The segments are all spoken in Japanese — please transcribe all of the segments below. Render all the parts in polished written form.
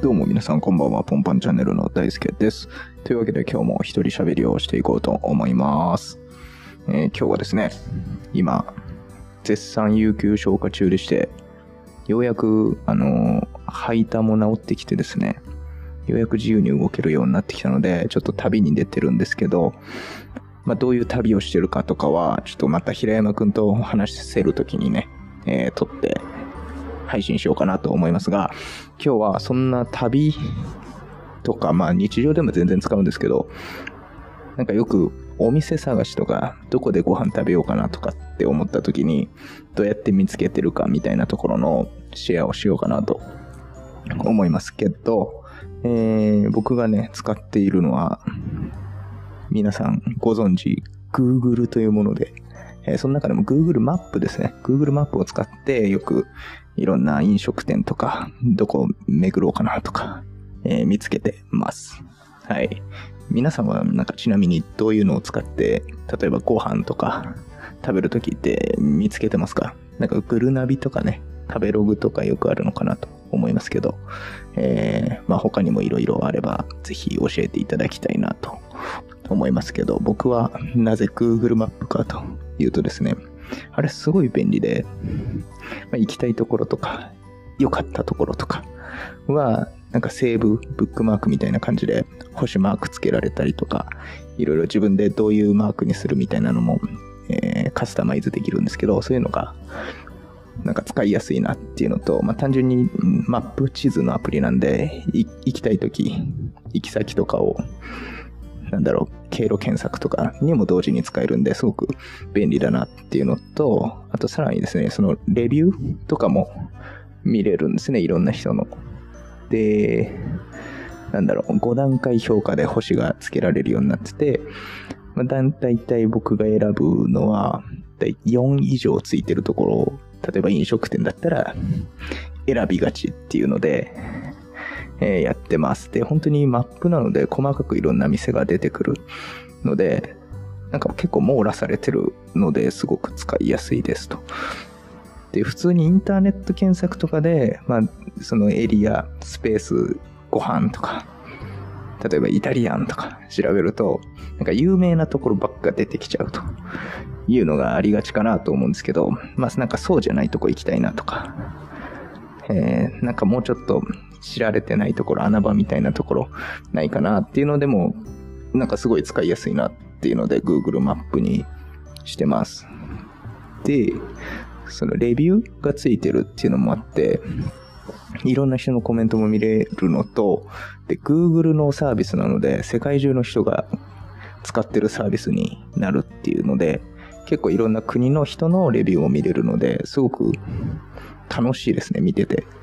どうも皆さんこんばんは、ポンパンチャンネルの大輔です。というわけで今日も一人喋りをしていこうと思います。今日はですね、今、絶賛有給消化中でして、ようやく、吐いたも治ってきてですね、ようやく自由に動けるようになってきたので、ちょっと旅に出てるんですけど、どういう旅をしてるかとかは、ちょっとまた平山くんと話せるときにね、撮って配信しようかなと思いますが、今日はそんな旅とか、日常でも全然使うんですけど、なんかよくお店探しとか、どこでご飯食べようかなとかって思った時に、どうやって見つけてるかみたいなところのシェアをしようかなと思いますけど、僕がね、使っているのは、皆さんご存知、Google というもので、その中でも Google マップですね。Google マップを使ってよくいろんな飲食店とか、どこを巡ろうかなとか、見つけてます。はい。皆さんはちなみにどういうのを使って、例えばご飯とか食べるときって見つけてますか？グルナビとかね、食べログとかよくあるのかなと思いますけど、他にもいろいろあればぜひ教えていただきたいなと思いますけど、僕はなぜ Google マップかというとですね、あれすごい便利で、行きたいところとか良かったところとかはセーブブックマークみたいな感じで星マークつけられたりとか、いろいろ自分でどういうマークにするみたいなのも、カスタマイズできるんですけど、そういうのが使いやすいなっていうのと、単純にマップ地図のアプリなんで、行きたいとき行き先とかを経路検索とかにも同時に使えるんで、すごく便利だなっていうのと、あとさらにですね、そのレビューとかも見れるんですね、いろんな人の。で、5段階評価で星がつけられるようになってて、だいたい僕が選ぶのは、4以上ついてるところを、例えば飲食店だったら選びがちっていうので、やってます。で、本当にマップなので細かくいろんな店が出てくるので、結構網羅されてるのですごく使いやすいですと。で、普通にインターネット検索とかで、そのエリア、スペース、ご飯とか、例えばイタリアンとか調べると、有名なところばっか出てきちゃうというのがありがちかなと思うんですけど、そうじゃないとこ行きたいなとか、もうちょっと知られてないところ、穴場みたいなところないかなっていうのでも、すごい使いやすいなっていうので Google マップにしてます。で、そのレビューがついてるっていうのもあって、いろんな人のコメントも見れるのと、で、Google のサービスなので、世界中の人が使ってるサービスになるっていうので、結構いろんな国の人のレビューを見れるので、すごく楽しいですね、見てて。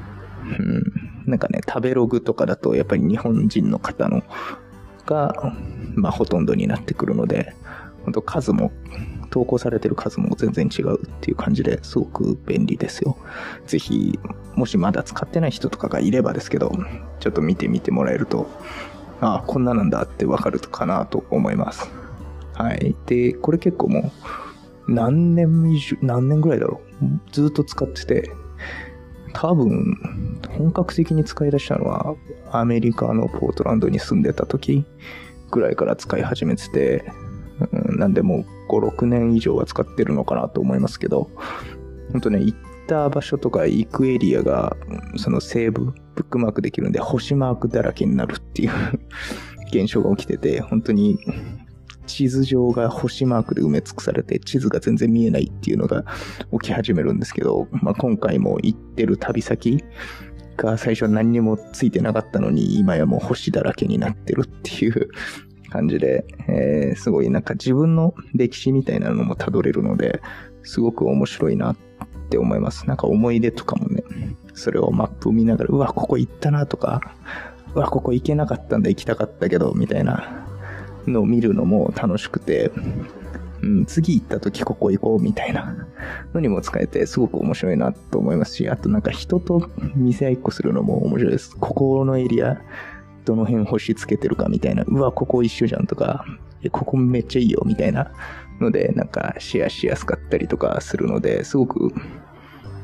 食べログとかだとやっぱり日本人の方のが、ほとんどになってくるので、本当数も、投稿されてる数も全然違うっていう感じですごく便利ですよ。ぜひ、もしまだ使ってない人とかがいればですけど、ちょっと見てみてもらえると、こんななんだってわかるかなと思います。はい。で、これ結構もう、何年ぐらいだろう。ずっと使ってて、多分、本格的に使い出したのは、アメリカのポートランドに住んでた時ぐらいから使い始めてて、なんでもう5、6年以上は使ってるのかなと思いますけど、本当ね、行った場所とか行くエリアが、そのセーブ、ブックマークできるんで、星マークだらけになるっていう現象が起きてて、本当に地図上が星マークで埋め尽くされて、地図が全然見えないっていうのが起き始めるんですけど、今回も行ってる旅先が最初何にもついてなかったのに、今やもう星だらけになってるっていう感じで、すごい自分の歴史みたいなのも辿れるので、すごく面白いなって思います。思い出とかもね、それをマップを見ながら、うわ、ここ行ったなとか、うわ、ここ行けなかったんだ、行きたかったけど、みたいなのを見るのも楽しくて、次行った時ここ行こうみたいなのにも使えてすごく面白いなと思いますし、あと人と見せ合いっこするのも面白いです。ここのエリアどの辺星つけてるかみたいな、うわここ一緒じゃんとか、ここめっちゃいいよみたいなのでシェアしやすかったりとかするので、すごく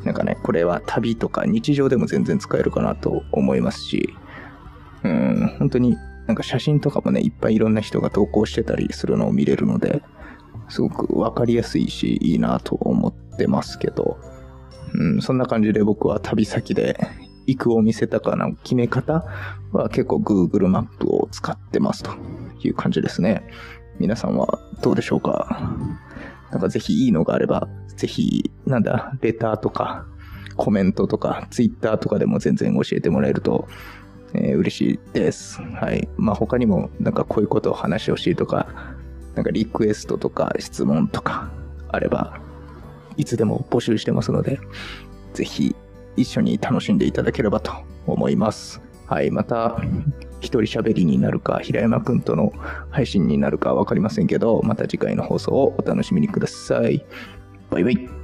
なんかね、これは旅とか日常でも全然使えるかなと思いますし、本当になんか写真とかもね、いっぱいいろんな人が投稿してたりするのを見れるので、すごくわかりやすいし、いいなと思ってますけど、そんな感じで僕は旅先で行くお店とかの決め方は結構 Google マップを使ってますという感じですね。皆さんはどうでしょうか？なんかぜひいいのがあれば、ぜひ、レターとか、コメントとか、Twitter とかでも全然教えてもらえると、嬉しいです。はい。他にもなんかこういうことを話してほしいとか、なんかリクエストとか質問とかあれば、いつでも募集してますので、ぜひ一緒に楽しんでいただければと思います。はい。また、一人喋りになるか、平山くんとの配信になるかわかりませんけど、また次回の放送をお楽しみにください。バイバイ。